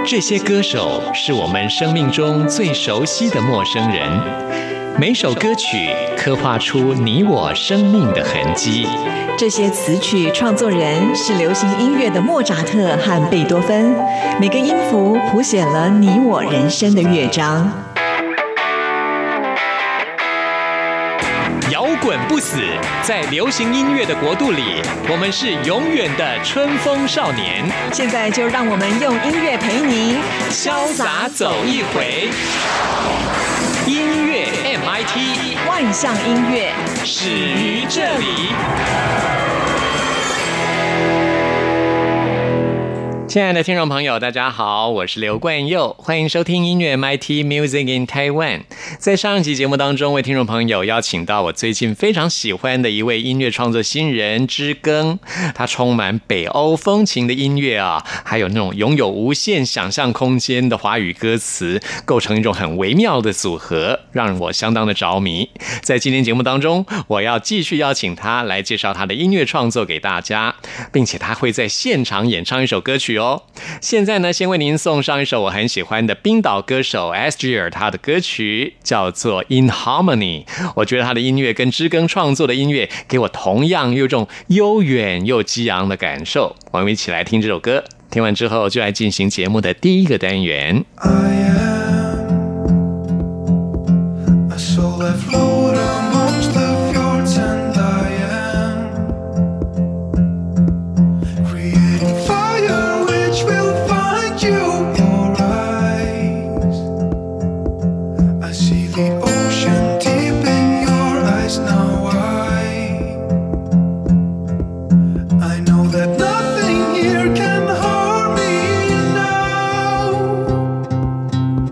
这些歌手是我们生命中最熟悉的陌生人，每首歌曲刻画出你我生命的痕迹。 这些词曲创作人是流行音乐的莫扎特和贝多芬，每个音符谱写了你我人生的乐章。 摇滚不死，在流行音乐的国度里，我们是永远的春风少年。 现在就让我们用音乐陪你潇洒走一回。音乐 MIT， 万象音乐始于这里。亲爱的听众朋友，大家好，我是刘冠佑，欢迎收听音乐 MIT Music in Taiwan。在上一集节目当中，为听众朋友邀请到我最近非常喜欢的一位音乐创作新人知更，他充满北欧风情的音乐啊，还有那种拥有无限想象空间的华语歌词，构成一种很微妙的组合，让我相当的着迷。在今天节目当中，我要继续邀请他来介绍他的音乐创作给大家，并且他会在现场演唱一首歌曲哦。现在呢，先为您送上一首我很喜欢的冰岛歌手 Asger 他的歌曲，叫做 In Harmony。 我觉得他的音乐跟知更创作的音乐给我同样有种悠远又激昂的感受。我们一起来听这首歌，听完之后就来进行节目的第一个单元。 I am a soul that float amongst the fjords, and I am creating fire which will find you. Your eyes, I see the ocean deep in your eyes. Now I know that nothing here can harm me now.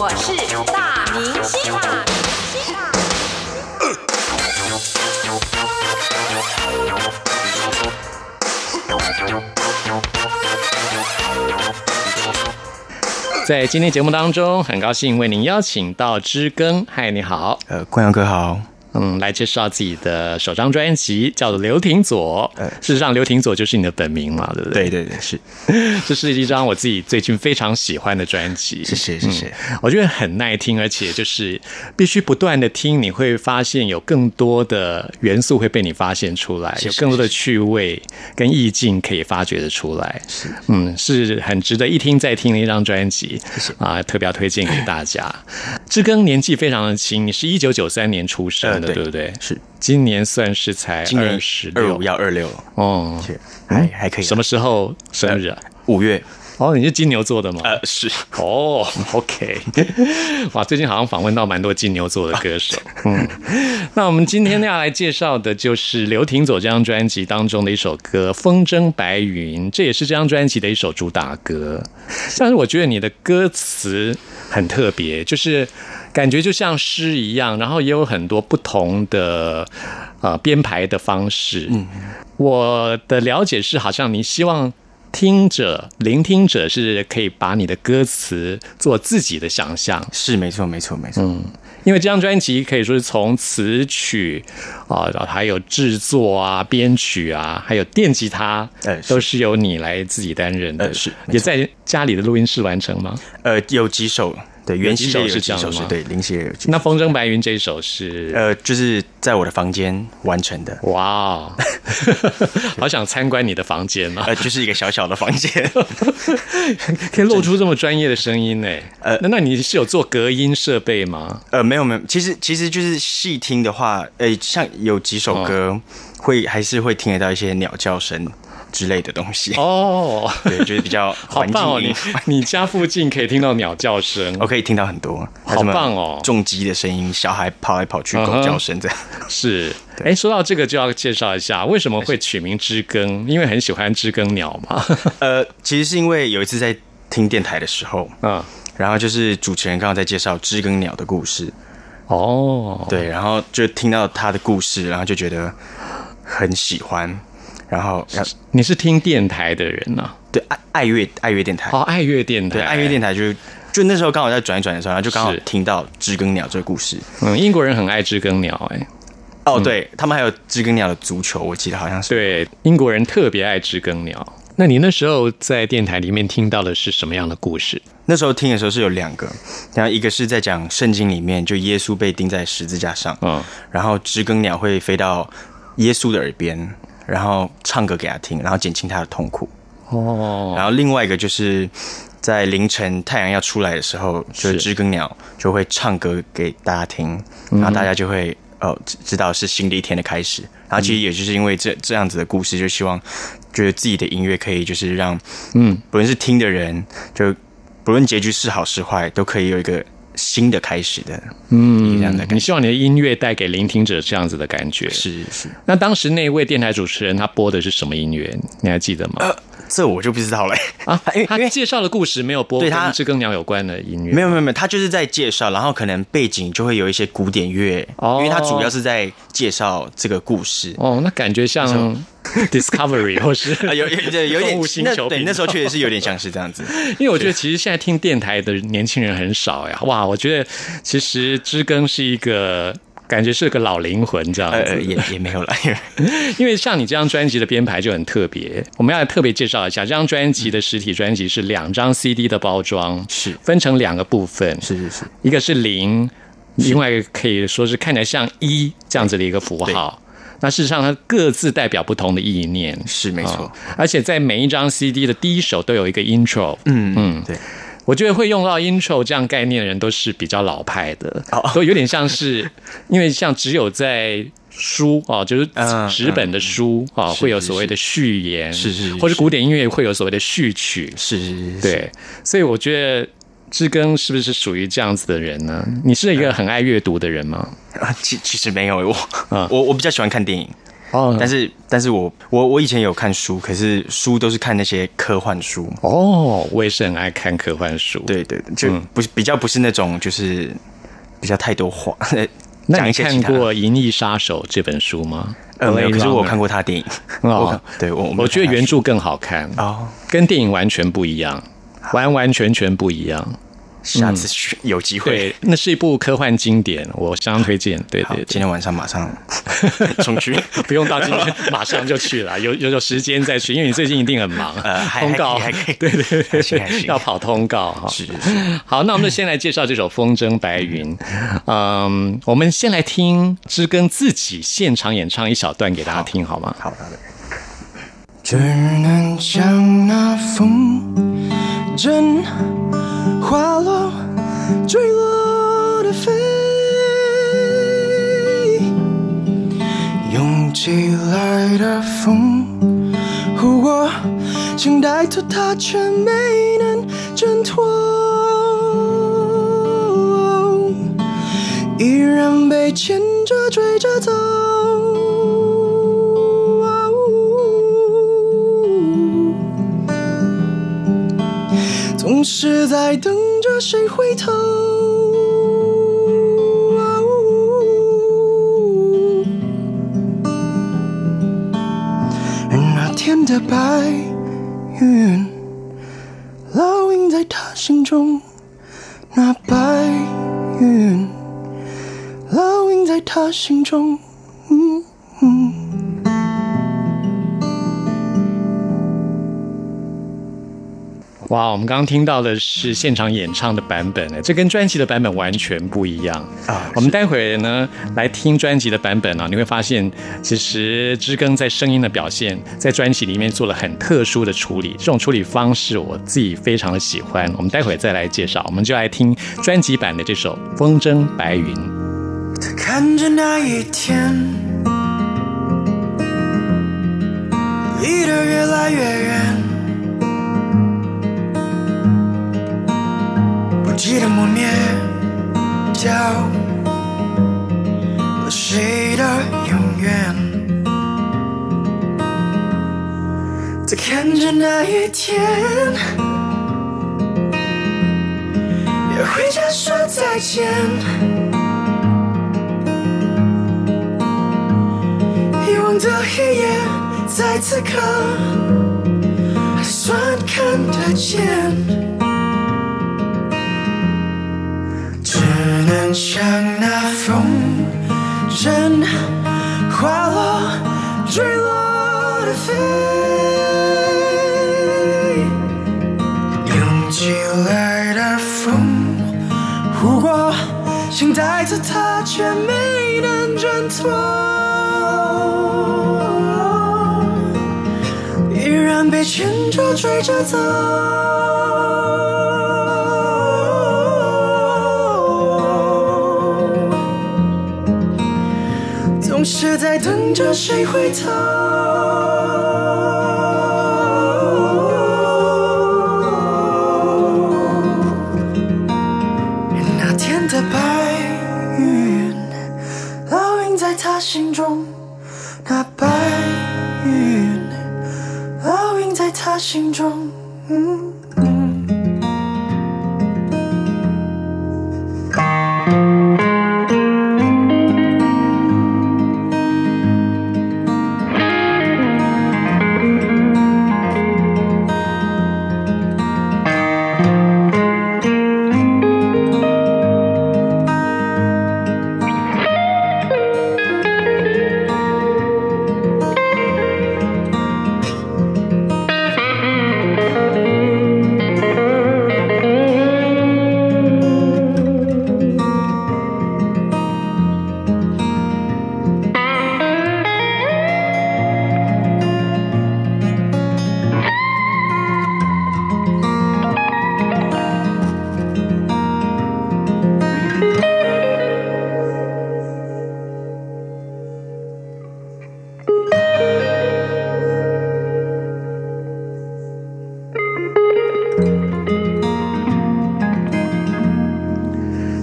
我是大明星。 在今天节目当中，很高兴为您邀请到知更。嗨，你好。 冠阳哥好。 来介绍自己的首张专辑，叫做《刘廷佐》。事实上，刘廷佐就是你的本名嘛，对不对？ 对对对，是。 这是一张我自己最近非常喜欢的专辑。 谢谢谢谢。 我觉得很耐听，而且就是必须不断的听，你会发现有更多的元素会被你发现出来，有更多的趣味跟意境可以发掘的出来。是很值得一听再听的一张专辑。 谢谢啊，特别要推荐给大家。知更年纪非常的轻，你是1993年出生的，对不对？ 是， 今年算是才 26，要26了。 哦， 还可以。 什么时候生日啊 ？5月。 哦，你是金牛座的吗？ 是。 哦 ，OK。哇，最近好像访问到蛮多金牛座的歌手。那我们今天要来介绍的就是刘廷佐这张专辑当中的一首歌《风筝白云》，这也是这张专辑的一首主打歌。但是我觉得你的歌词很特别，就是感觉就像诗一样，然后也有很多不同的编排的方式。我的了解是，好像你希望聆听者是可以把你的歌词做自己的想象。 是，没错没错没错。 因为这张专辑可以说是从词曲还有制作啊、编曲啊，还有电吉他，都是由你来自己担任的。 是， 也在家里的录音室完成吗？ 有几首。对，原系列是这样的吗？ 对，零系列有几首。 那《风筝白云》这一首是就是在我的房间完成的。 哇，好想参观你的房间啊！ 就是一个小小的房间， 可以露出这么专业的声音呢。那你是有做隔音设备吗？ 没有没有，其实就是细听的话，像有几首歌还是会听得到一些鸟叫声之类的东西哦，对，就是比较环境音。 好棒哦！你家附近可以听到鸟叫声， 我可以听到很多， 好棒哦！ 重机的声音，小孩跑来跑去，狗叫声这样。 是，说到这个就要介绍一下，为什么会取名知更？因为很喜欢知更鸟嘛。 其实是因为有一次在听电台的时候，然后就是主持人刚好在介绍知更鸟的故事。哦，对，然后就听到他的故事，然后就觉得很喜欢。然后你是听电台的人啊？ 对，爱乐电台。 爱乐电台。 对，爱乐电台就那时候刚好在转一转的时候，然后就刚好听到知更鸟这个故事。 英国人很爱知更鸟对，他们还有知更鸟的足球，我记得好像是。 对，英国人特别爱知更鸟。那你那时候在电台里面听到的是什么样的故事？ 那时候听的时候是有2个，然后一个是在讲圣经里面，就耶稣被钉在十字架上，然后知更鸟会飞到耶稣的耳边，然后唱歌给他听，然后减轻他的痛苦。然后另外一个就是在凌晨太阳要出来的时候，就是知更鸟就会唱歌给大家听，然后大家就会知道是新的一天的开始。然后其实也就是因为这样子的故事，就希望觉得自己的音乐可以就是让不论是听的人，就不论结局是好是坏，都可以有一个新的开始的，这样的感觉。 你希望你的音乐带给聆听者这样子的感觉。 是。 那当时那位电台主持人他播的是什么音乐？你还记得吗？ 这我就不知道了因为他介绍的故事没有播跟知更鸟有关的音乐。 没有，他就是在介绍，然后可能背景就会有一些古典乐，因为他主要是在介绍这个故事。 那感觉像Discovery 或是有点动物星球。 对，那时候确实是有点像是这样子。 因为我觉得其实现在听电台的年轻人很少呀。哇，我觉得其实知更是一个。感觉是个老灵魂这样子， 也没有了。 因为像你这张专辑的编排就很特别，我们要特别介绍一下，这张专辑的实体专辑是2张 CD 的包装， 是分成2个部分， 是， 一个是0，另外一个可以说是看起来像1这样子的一个符号。那事实上，它各自代表不同的意念， 是没错。 而且在每一张 CD 的第一首都有一个 intro， 对。 我觉得会用到 intro 这样概念的人都是比较老派的，所以有点像是，因为像只有在书就是纸本的书会有所谓的序言， 是， 或者古典音乐会有所谓的序曲， 是， 对，所以我觉得知更是不是属于这样子的人呢？你是一个很爱阅读的人吗？ 其实没有，我比较喜欢看电影。 哦， 但是我以前有看书，可是书都是看那些科幻书。 哦，我也是很爱看科幻书。 对对，就比较不是那种就是比较太多话。 那你看过《银翼杀手》这本书吗？ 没有，可是我看过他的电影。 哦， 对， 我觉得原著更好看哦，跟电影完全不一样，完完全全不一样。 下次有机会， 对，那是一部科幻经典，我相当推荐。对对， 今天晚上马上冲去， 不用到今天马上就去了，有时间再去，因为你最近一定很忙。通告还可以， 对对对， 行要跑通告哈。 是。 好，那我们就先来介绍这首《风筝白云》。我们先来听知更自己现场演唱一小段给大家听，好吗？ 好的。 只能将那风筝滑落坠落的飞，涌起来的风呼过，想带走它却没能挣脱，依然被牵着追着走，总是在等着谁回头。而那天的白云烙印在他心中，那白云烙印在他心中。 哇，我们刚刚听到的是现场演唱的版本，这跟专辑的版本完全不一样啊！我们待会呢来听专辑的版本啊，你会发现其实知更在声音的表现，在专辑里面做了很特殊的处理，这种处理方式我自己非常的喜欢。我们待会再来介绍，我们就来听专辑版的这首《风筝白云》。 他看着那一天离得越来越远，记得磨灭掉了谁的永远，再看着那一天要回家说再见，遗忘的黑夜在此刻还算看得见，只能像那风筝滑落坠落的飞，涌起来的风呼过，想带着它却没能挣脱，依然被牵着追着走，总是在等着谁回头。那天的白云烙印在他心中，那白云烙印在他心中。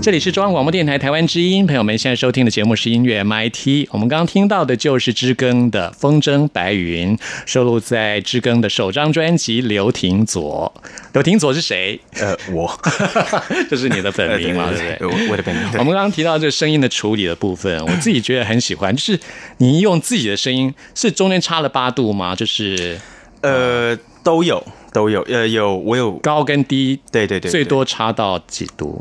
这里是中央广播电台台湾之音，朋友们现在收听的节目是音乐 MIT。我们刚刚听到的就是知更的《风筝白云》，收录在知更的首张专辑《刘廷佐》。刘廷佐是谁？ 我， 这是你的本名嘛？对不对？ 我的本名。 我们刚刚提到这声音的处理的部分，我自己觉得很喜欢，就是你用自己的声音，是中间差了8度吗？就是都有。我有高跟低， 对， 最多差到几度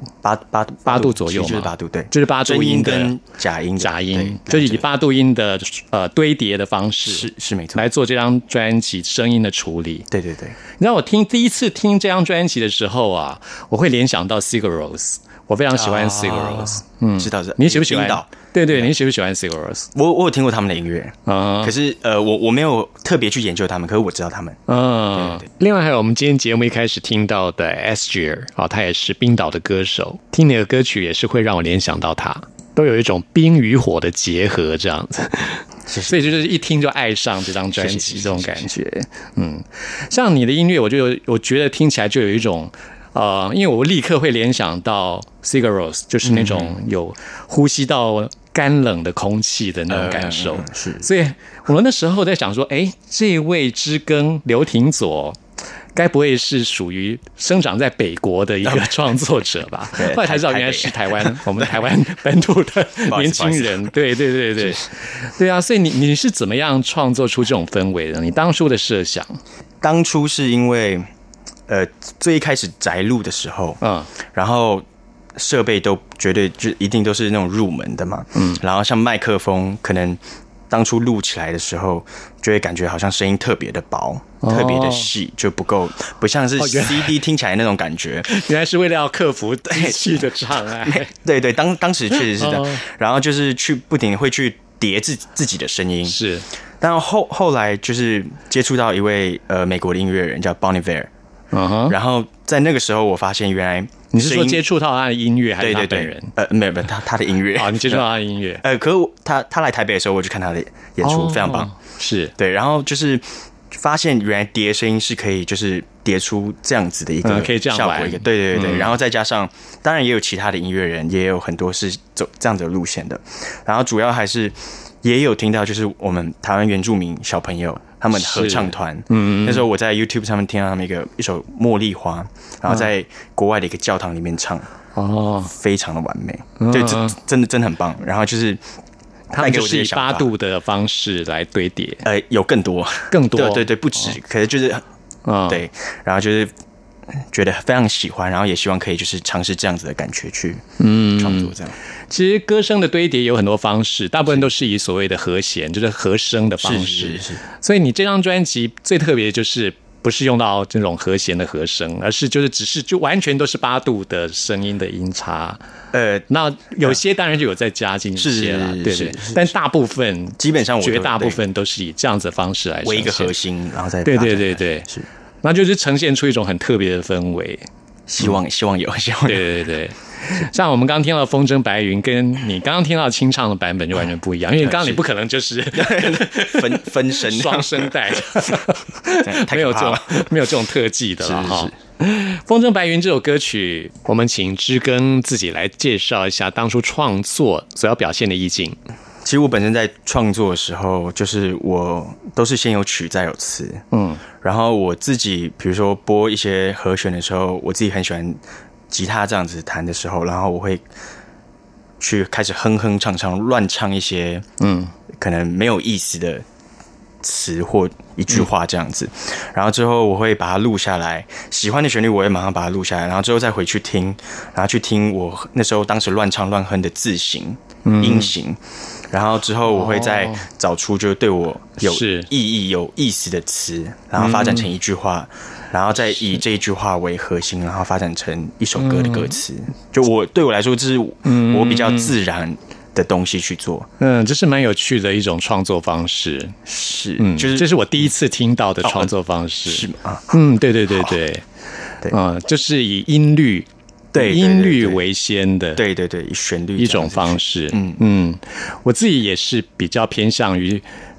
？8度左右嘛， 就是8度，对， 就是8度音的跟假音， 就是以8度音的堆叠的方式， 是没错， 来做这张专辑声音的处理。 对， 你知道我第一次听这张专辑的时候啊，我会联想到 Sigur Rós， 我非常喜欢 Sigur Rós。 知道你喜不喜欢？对，你喜不喜欢 Sigur Rós？ 我有听过他们的音乐可是我没有特别去研究他们，可是我知道他们。对。 另外还有我们今天节目一开始听到的 Asger 他也是冰岛的歌手，听你的歌曲也是会让我联想到他，都有一种冰与火的结合这样子。所以就是一听就爱上这张专辑这种感觉。像你的音乐，我觉得听起来就有一种。因为我立刻会联想到 Sigur Rós， 就是那种有呼吸到干冷的空气的那种感受。所以我们那时候在想说，这位知更刘廷佐该不会是属于生长在北国的一个创作者吧？后来才知道原来是台湾，我们台湾本土的年轻人。对啊，所以你是怎么样创作出这种氛围的？你当初的设想？ 当初是因为最一开始宅录的时候，然后设备都绝对就一定都是那种入门的嘛，然后像麦克风，可能当初录起来的时候，就会感觉好像声音特别的薄，特别的细，就不像是 CD 听起来那种感觉。 原来是为了要克服机器的障碍。 对，当时确实是这样，然后就是不停会去叠自己的声音， 是。 但后来就是接触到一位美国的音乐人叫 Bon Iver。然后在那个时候，我发现原来你是说接触到他的音乐，还是他本人？ 没有他的音乐。 你接触到他的音乐。 可是他来台北的时候，我去看他的演出，非常棒。 是对，然后就是发现原来叠声音是可以，就是叠出这样子的一个可以这样效果，对。然后再加上，当然也有其他的音乐人，也有很多是走这样子的路线的。然后主要还是也有听到，就是我们台湾原住民小朋友。他们合唱团，那时候我在 YouTube 上面听到他们一首《茉莉花》，然后在国外的一个教堂里面唱，非常的完美，对，真的很棒。然后就是他们就是以8度的方式来堆叠， 有更多，对，不止，可是就是对，然后就是觉得非常喜欢，然后也希望可以就是尝试这样子的感觉去创作这样。 其实歌声的堆叠有很多方式，大部分都是以所谓的和弦，就是和声的方式。 是。 所以你这张专辑最特别的就是不是用到这种和弦的和声，而是就完全都是8度的声音的音差。那有些当然就有再加进一些了，对。但大部分基本上绝大部分都是以这样子的方式来呈现， 为一个核心，然后再对， 是。 那就是呈现出一种很特别的氛围。 希望有。 对。像我们刚刚听到的《风筝白云》，跟你刚刚听到的清唱的版本就完全不一样，因为刚刚你不可能就是分声双声带，没有这种特技的了哈。《风筝白云》这首歌曲，我们请知更自己来介绍一下当初创作所要表现的意境。 其实我本身在创作的时候，就是我都是先有曲再有词，然后我自己比如说拨一些和弦的时候，我自己很喜欢吉他这样子弹的时候，然后我会去开始哼唱乱唱一些可能没有意思的词或一句话这样子，然后之后我会把它录下来，喜欢的旋律我会马上把它录下来，然后之后再回去听，然后去听我那时候当时乱唱乱哼的字形音型，然后之后我会再找出就对我有意义有意思的词，然后发展成一句话，然后再以这一句话为核心，然后发展成一首歌的歌词。就对我来说，这是我比较自然的东西去做。 这是蛮有趣的一种创作方式。 是， 就是这是我第一次听到的创作方式。 是吗？ 对，就是以音律。对音律为先的， 对，以旋律一种方式。我自己也是比较偏向于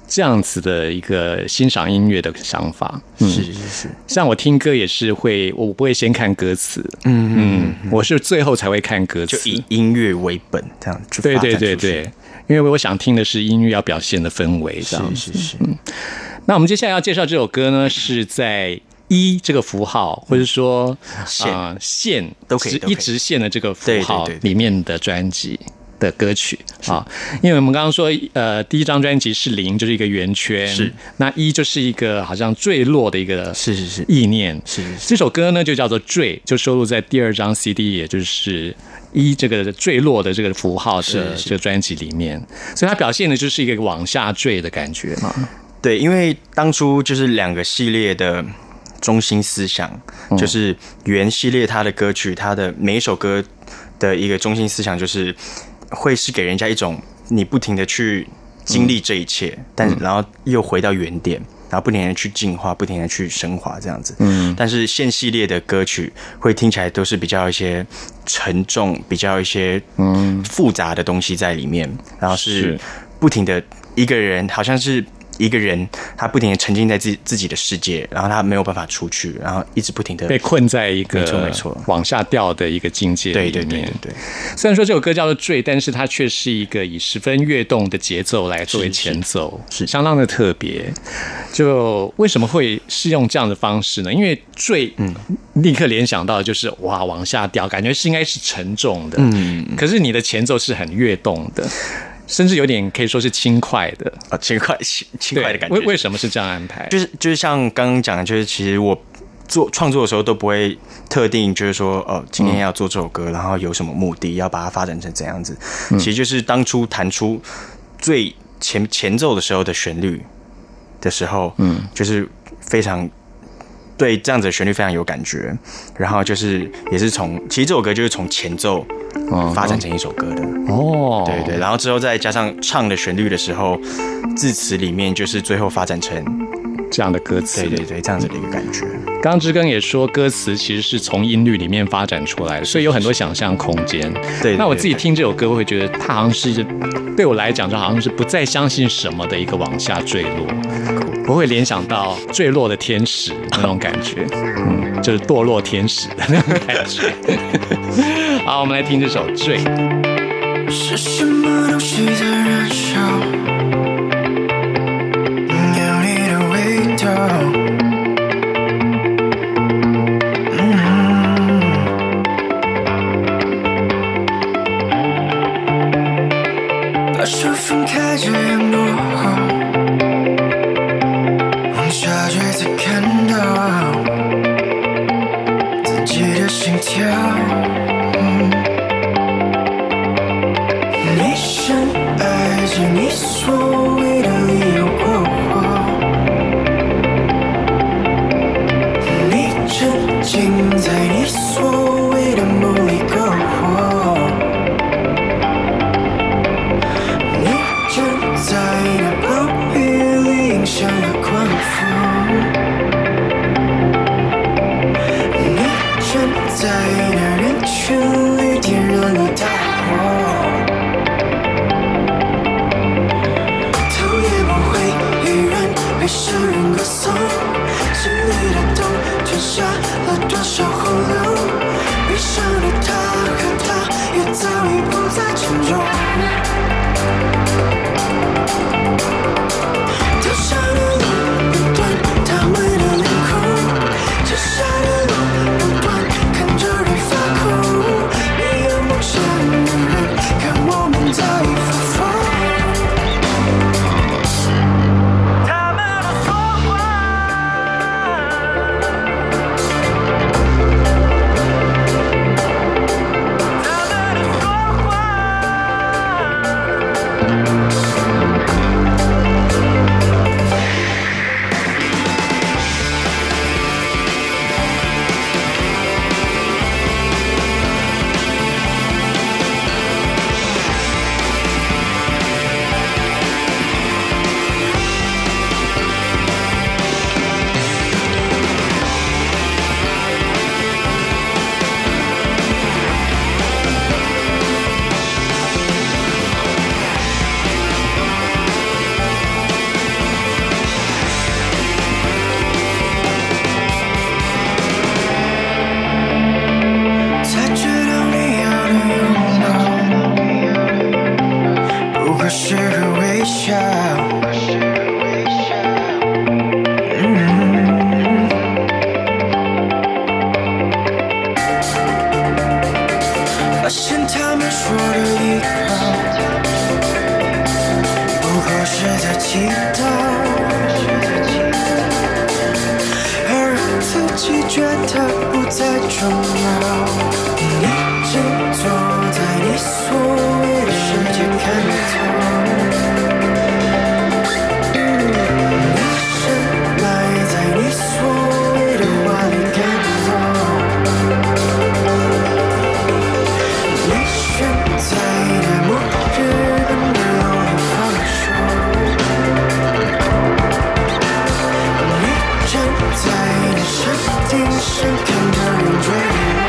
这样子的一个欣赏音乐的想法。 是， 像我听歌也是我不会先看歌词，我是最后才会看歌词， 就以音乐为本，这样就发展出去。 对，因为我想听的是音乐要表现的氛围，这样是。 那我们接下来要介绍这首歌呢，是在一这个符号，或者说线都可以， 一直线的这个符号对里面的专辑的歌曲啊，因为我们刚刚说，第一张专辑是0，就是一个圆圈， 是那1就是一个好像坠落的一个意念， 是。 这首歌呢就叫做坠，就收录在第2张 CD， 也就是1这个坠落的这个符号的这个专辑里面，所以它表现的就是一个往下坠的感觉嘛。 对，因为当初就是2个系列的中心思想，就是原系列它的歌曲，它的每一首歌的一个中心思想就是会是给人家一种你不停的去经历这一切，然后又回到原点，然后不停的去进化，不停的去升华这样子。但是现系列的歌曲会听起来都是比较一些沉重，比较一些复杂的东西在里面，然后是不停的一个人，好像是一个人他不停的沉浸在自己的世界，然后他没有办法出去，然后一直不停的被困在一个没错往下掉的一个境界里面。 对。 虽然说这首歌叫做坠，但是它却是一个以十分跃动的节奏来作为前奏，是相当的特别。就为什么会是用这样的方式呢？因为坠，立刻联想到就是哇往下掉，感觉是应该是沉重的，可是你的前奏是很跃动的。甚至有点可以说是轻快的轻快的感觉。 为什么是这样安排？ 就是像刚刚讲的，就是其实我创作的时候都不会特定，就是说今天要做这首歌，然后有什么目的，要把它发展成怎样子。其实就是当初弹出最前奏的时候的旋律的时候，就是非常对这样子的旋律非常有感觉。然后就是也是其实这首歌就是从前奏发展成一首歌的对，然后之后再加上唱的旋律的时候，字词里面就是最后发展成这样的歌词， 对，这样子的一个感觉。 刚刚知更也说，歌词其实是从音律里面发展出来的，所以有很多想象空间。对，那我自己听这首歌，会觉得它好像是对我来讲，就好像是不再相信什么的一个往下坠落，我会联想到坠落的天使那种感觉，就是堕落天使的那种感觉。好，我们来听这首《坠》。 是什么东西在燃烧？有你的味道。把手分开这样多好，往下坠才看到自己的心跳。你所谓的理由过火，你沉浸在你所谓的梦里篝火，你站在那暴雨里影响了狂风，你站在那人群里点燃了大火。 是个微笑。发现他们说的依靠，不过是在祈祷，而让自己觉得不再重要。你只坐在你所谓的世界看透，你深埋在你所谓的话里看不到。在那末日的没有人放手，你站在那山顶上看着人坠落。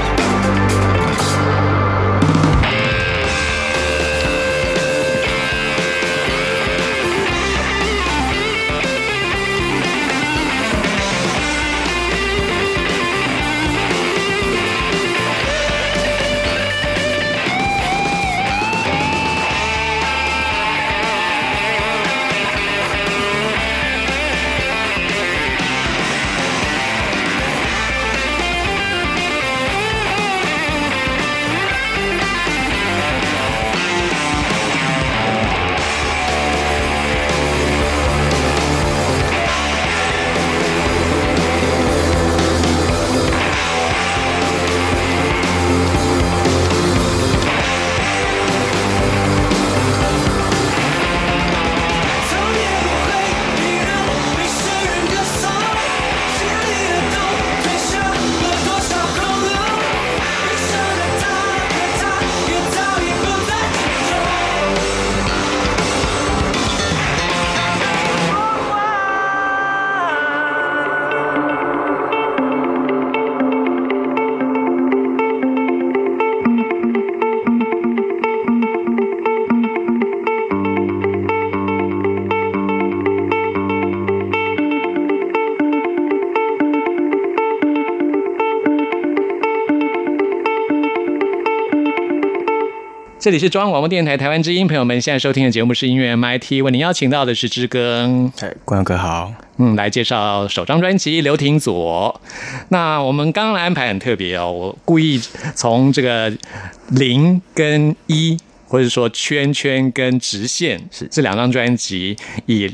这里是中央广播电台台湾之音，朋友们现在收听的节目是音乐 MIT， 为您邀请到的是知更。 观众哥好。 来介绍首张专辑《刘廷佐》。那我们刚刚的安排很特别哦，我故意从这个0跟1，或者说圈圈跟直线是这两张专辑以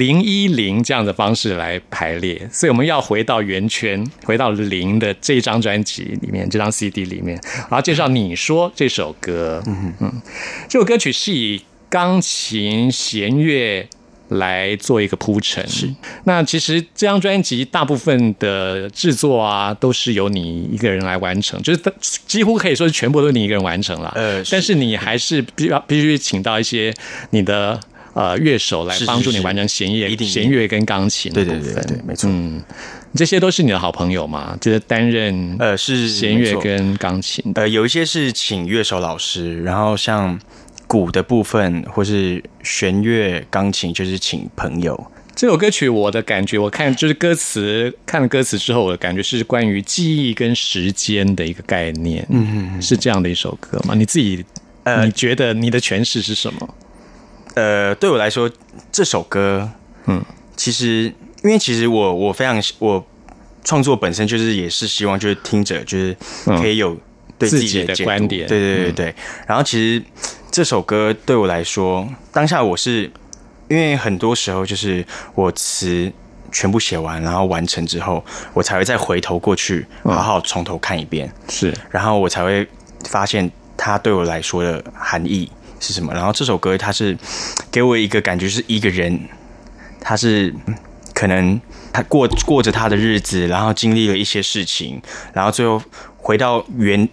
010这样的方式来排列，所以我们要回到圆圈，回到0的这一张专辑里面，这张 CD 里面，然后介绍你说这首歌。这首歌曲是以钢琴弦乐来做一个铺陈。是，那其实这张专辑大部分的制作啊，都是由你一个人来完成，就是几乎可以说是全部都是你一个人完成了。但是你还是必须请到一些你的乐手来帮助你完成弦乐跟钢琴的部分。 对，没错。 这些都是你的好朋友吗？就是担任是弦乐跟钢琴。 有一些是请乐手老师，然后像鼓的部分或是弦乐、钢琴，就是请朋友。 这首歌曲我的感觉，我看就是看了歌词之后，我的感觉是关于记忆跟时间的一个概念。是这样的一首歌吗？你自己你觉得你的诠释是什么？ 对我来说，这首歌，其实我非常我创作本身就是也是希望就是听者就是可以有对自己的观点， 对。然后其实这首歌对我来说，当下我是因为很多时候就是我词全部写完，然后完成之后，我才会再回头过去，好好从头看一遍， 是， 然后我才会发现它对我来说的含义是什么。然后这首歌它是给我一个感觉，是一个人，他是可能他过着他的日子，然后经历了一些事情，然后最后回到原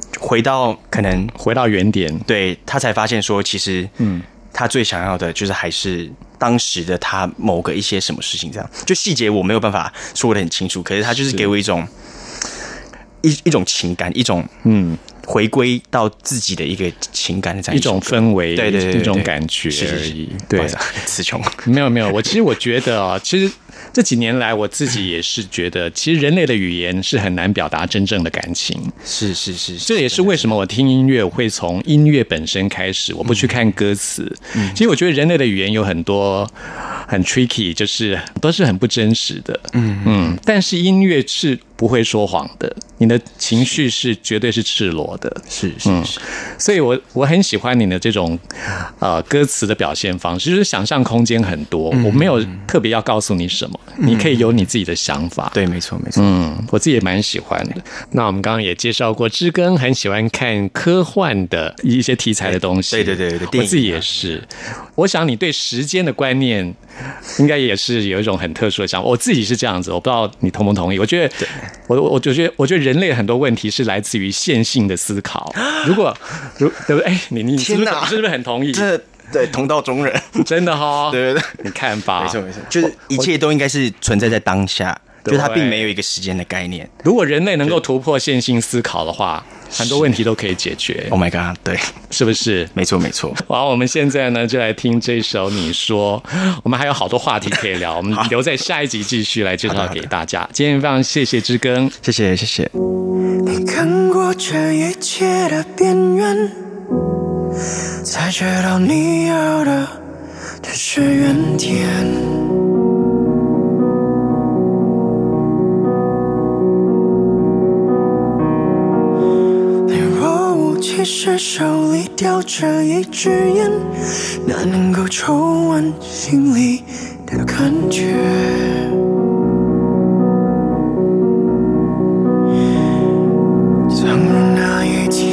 点，对，他才发现说，其实他最想要的就是还是当时的他某个一些什么事情，这样就细节我没有办法说得很清楚，可是他就是给我一种一种情感，一种回归到自己的一个情感的这样一种氛围， 对， 一种感觉而已。对， 词穷。 没有，其实我觉得啊，其实这几年来，我自己也是觉得，其实人类的语言是很难表达真正的感情。 是， 这也是为什么我听音乐我会从音乐本身开始，我不去看歌词。其实我觉得人类的语言有很多很 tricky， 就是都是很不真实的。但是音乐是不会说谎的，你的情绪是绝对是赤裸的。 是， 所以我很喜欢你的这种歌词的表现方式，就是想象空间很多，我没有特别要告诉你什么，你可以有你自己的想法。 对，没错。 我自己也蛮喜欢的。那我们刚刚也介绍过，知更很喜欢看科幻的一些题材的东西。对，我自己也是。我想你对时间的观念应该也是有一种很特殊的想法。我自己是这样子，我不知道你同不同意。我觉得，我觉得人类很多问题是来自于线性的思考。对不对？你是不是很同意？ 对，同道中人， 真的哈。对，你看吧， 没错，就是一切都应该是存在在当下，就是它并没有一个时间的概念。 如果人类能够突破线性思考的话，很多问题都可以解决。 Oh my god， 对， 是不是？ 没错。 好，我们现在呢就来听这首《你说》，我们还有好多话题可以聊，我们留在下一集继续来介绍给大家。今天非常谢谢知更， 谢谢。 你看过这一切的边缘，才知道你要的只是原点。你若无其事手里叼着一支烟，哪能够抽完心里的感觉？倘若那一天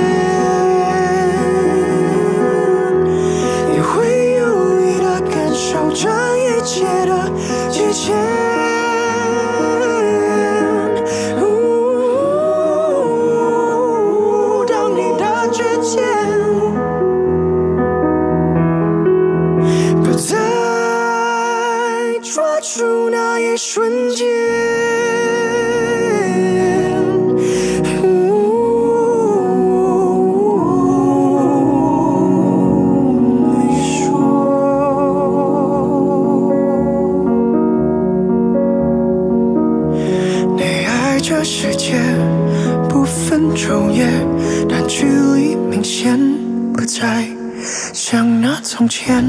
你会有力地感受这一切的极限，到你的指尖不再抓住那一瞬间，世界不分昼夜，但距离明显不再像那从前。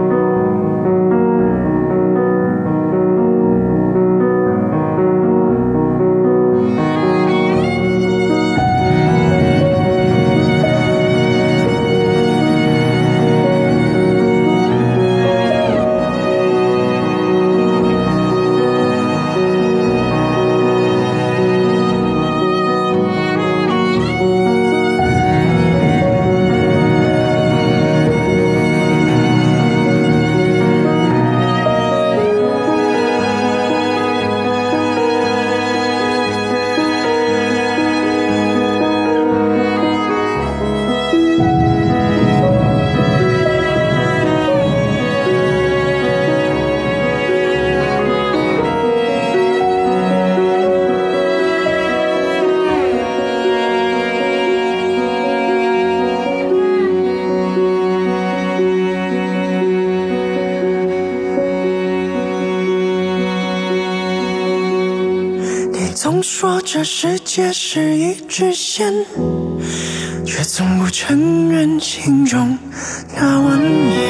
总说这世界是一直线，却从不承认心中那蜿蜒。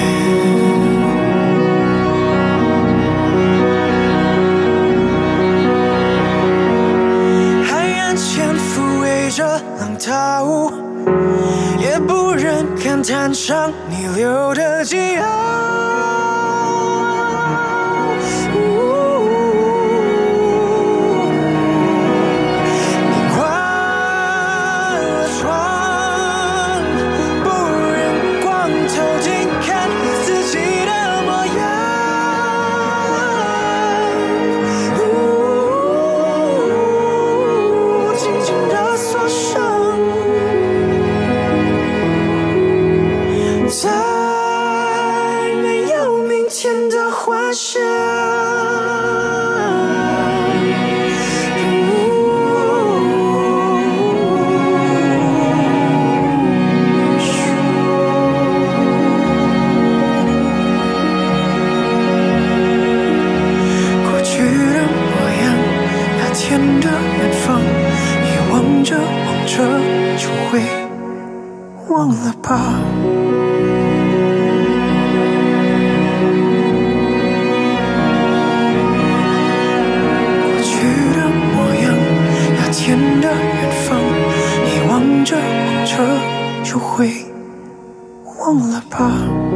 海岸线抚慰着浪涛，也不忍感叹上逆流的桀骜。 忘了吧。过去的模样，那天的远方，你望着望着就会忘了吧。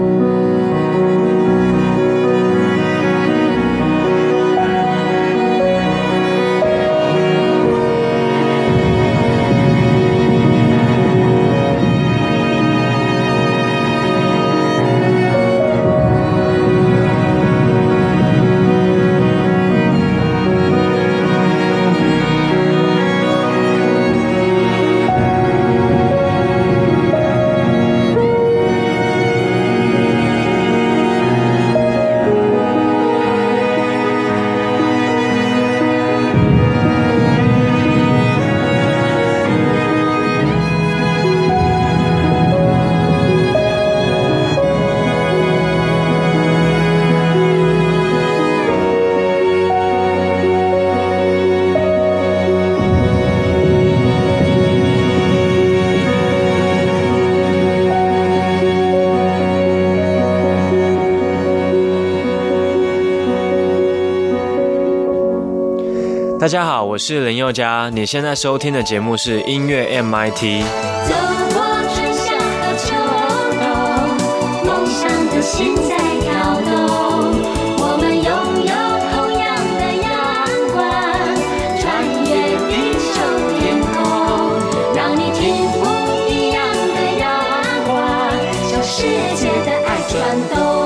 大家好，我是林宥嘉，你现在收听的节目是音乐 MIT。 走过春夏到秋冬，梦想的心在跳动，我们拥有同样的阳光，穿越地球天空，让你听不一样的阳光，向世界的爱转动。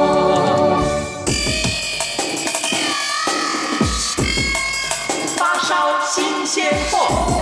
新鲜货。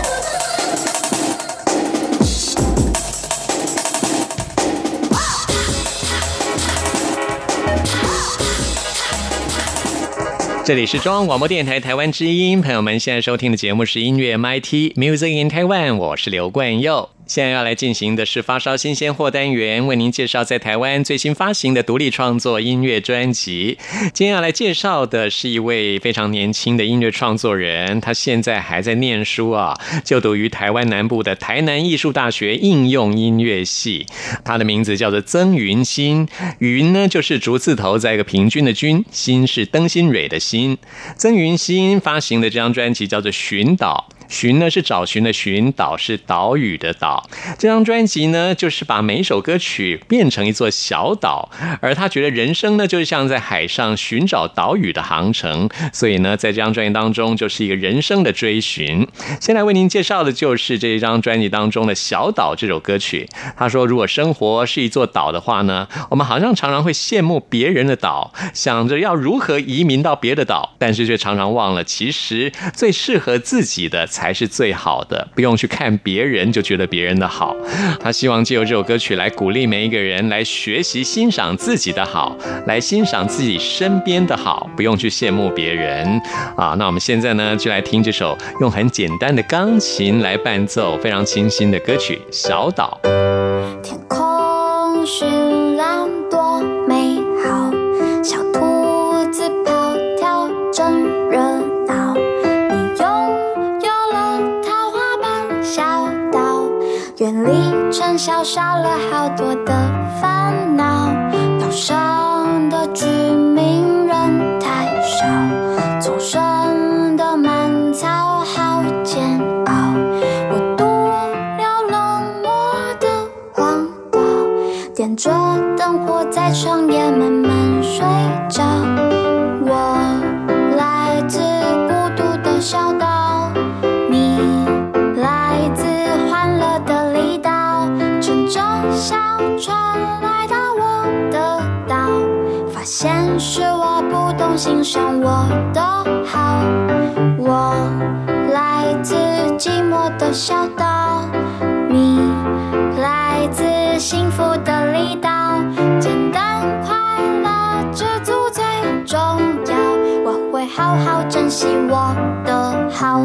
这里是中央广播电台台湾之音，朋友们现在收听的节目是音乐 MIT Music in Taiwan， 我是刘冠佑。现在要来进行的是发烧新鲜货单元，为您介绍在台湾最新发行的独立创作音乐专辑。今天要来介绍的是一位非常年轻的音乐创作人，他现在还在念书啊，就读于台湾南部的台南艺术大学应用音乐系。他的名字叫做曾云欣，云呢就是竹字头在一个平均的均，欣是灯芯蕊的欣。曾云欣发行的这张专辑叫做《寻岛》。寻呢是找寻的寻，岛是岛屿的岛。这张专辑呢，就是把每一首歌曲变成一座小岛，而他觉得人生呢，就是像在海上寻找岛屿的航程，所以呢，在这张专辑当中，就是一个人生的追寻。先来为您介绍的就是这一张专辑当中的《小岛》这首歌曲。他说，如果生活是一座岛的话呢，我们好像常常会羡慕别人的岛，想着要如何移民到别的岛，但是却常常忘了，其实最适合自己的才是最好的，不用去看别人就觉得别人的好。他希望借由这首歌曲来鼓励每一个人来学习欣赏自己的好，来欣赏自己身边的好，不用去羡慕别人啊。那我们现在呢，就来听这首用很简单的钢琴来伴奏非常清新的歌曲《小岛》。 天空绚烂多美好，小兔子跑跳真热闹，你拥有了桃花般小岛，远离尘嚣，少了好多的烦恼，岛上的居民人太少，丛生的蔓草好煎熬，我独了冷漠的荒岛，点着灯火在长夜慢慢睡着，我来自孤独的小岛，你来自欢乐的离岛，乘着小船来到我的岛，发现是我不懂欣赏我的好，我来自寂寞的小岛，你来自幸福的离岛，简单快乐知足最重要，我会好好珍惜我的好。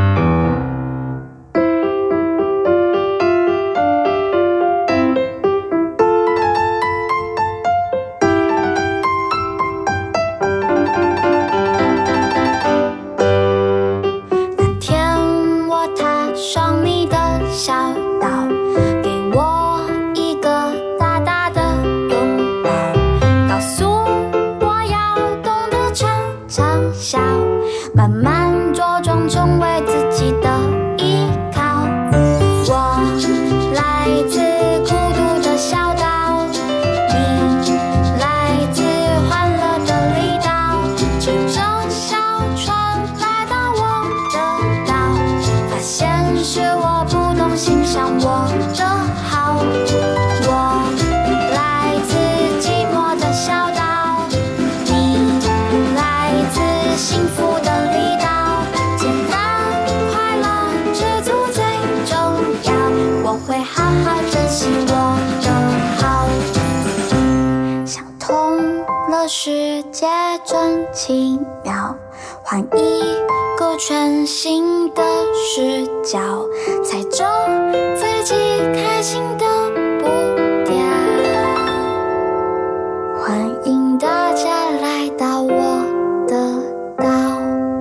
那天我踏上你的小岛，给我一换一个全新的视角，踩着自己开心的步调。欢迎大家来到我的岛。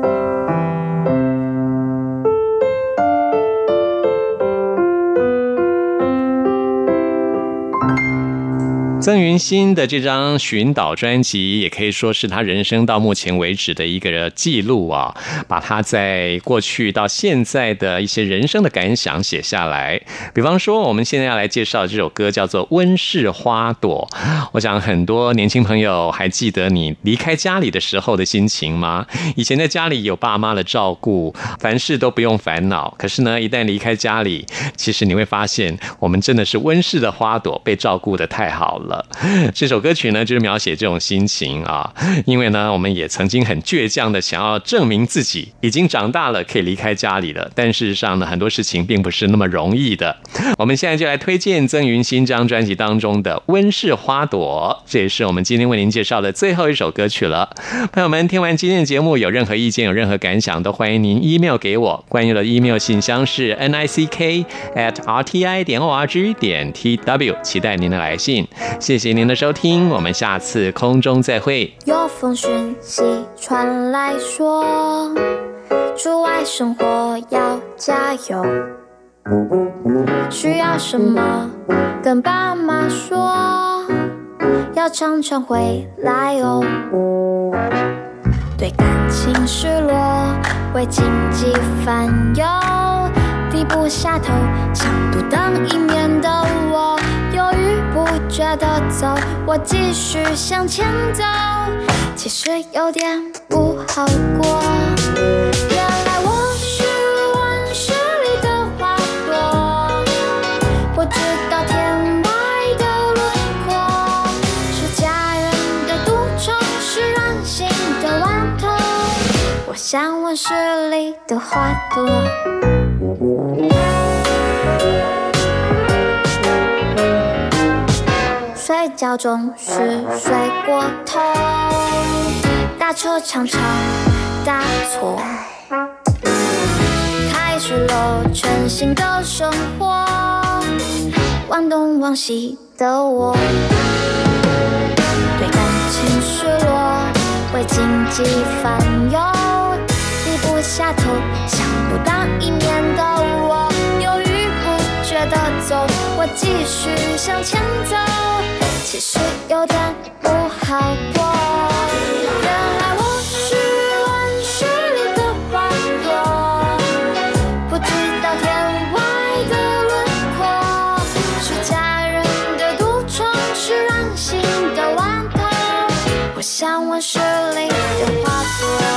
曾云欣的这张寻岛专辑也可以说是他人生到目前为止的一个记录啊，把他在过去到现在的一些人生的感想写下来。比方说我们现在要来介绍这首歌叫做《温室花朵》，我想很多年轻朋友还记得你离开家里的时候的心情吗？以前在家里有爸妈的照顾，凡事都不用烦恼，可是呢一旦离开家里，其实你会发现我们真的是温室的花朵，被照顾得太好了。这首歌曲呢就是描写这种心情啊，因为呢我们也曾经很倔强的想要证明自己已经长大了，可以离开家里了，但事实上呢很多事情并不是那么容易的。我们现在就来推荐曾云欣这张专辑当中的《温室花朵》，这也是我们今天为您介绍的最后一首歌曲了。朋友们，听完今天的节目有任何意见有任何感想，都欢迎您 email 给我，关于的 email 信箱是 nick@rti.org.tw， 期待您的来信。谢谢您的收听，我们下次空中再会。 有封讯息传来说，出外生活要加油，需要什么跟爸妈说，要常常回来哦。对感情失落，为经济烦忧，低不下头，想独当一面的我，犹豫不决的走，我继续向前走，其实有点不好过。原来我是温室里的花朵，不知道天外的轮廓，是家人的独宠，是任性的顽童，我像温室里的花朵。睡觉总是睡过头，搭车常常搭错，开始了全新的生活，忘东忘西的我，对感情失落，为经济烦忧，低不下头，想独当一面的我，犹豫不决的走，我继续向前走，其实有点不好过。原来我是温室里的花朵，不知道天外的轮廓，是家人的独宠，是任性的顽童，我像温室里的花朵。